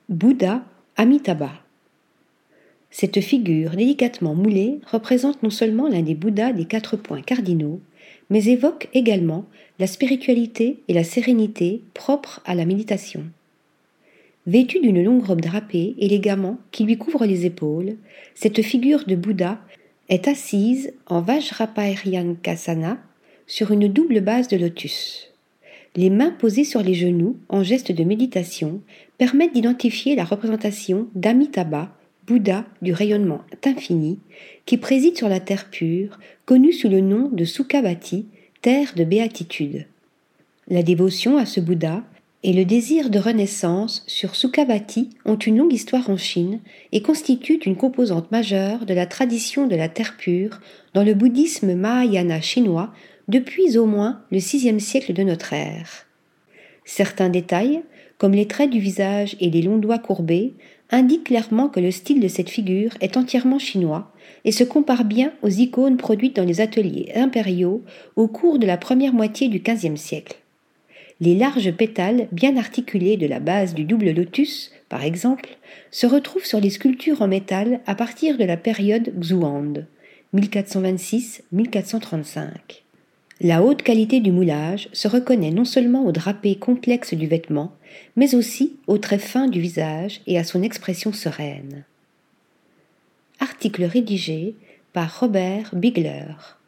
Bouddha Amitabha. Cette figure délicatement moulée représente non seulement l'un des Bouddhas des 4 points cardinaux, mais évoque également la spiritualité et la sérénité propres à la méditation. Vêtue d'une longue robe drapée élégamment qui lui couvre les épaules, cette figure de Bouddha est assise en Vajraparyankasana sur une double base de lotus. Les mains posées sur les genoux en geste de méditation permettent d'identifier la représentation d'Amitabha, Bouddha du rayonnement infini, qui préside sur la terre pure, connue sous le nom de Sukhavati, terre de béatitude. La dévotion à ce Bouddha et le désir de renaissance sur Sukhavati ont une longue histoire en Chine et constituent une composante majeure de la tradition de la terre pure dans le bouddhisme mahayana chinois depuis au moins le VIe siècle de notre ère. Certains détails, comme les traits du visage et les longs doigts courbés, indiquent clairement que le style de cette figure est entièrement chinois et se compare bien aux icônes produites dans les ateliers impériaux au cours de la première moitié du XVe siècle. Les larges pétales bien articulés de la base du double lotus, par exemple, se retrouvent sur les sculptures en métal à partir de la période Xuande, 1426-1435. La haute qualité du moulage se reconnaît non seulement au drapé complexe du vêtement, mais aussi aux traits fins du visage et à son expression sereine. Article rédigé par Robert Bigler.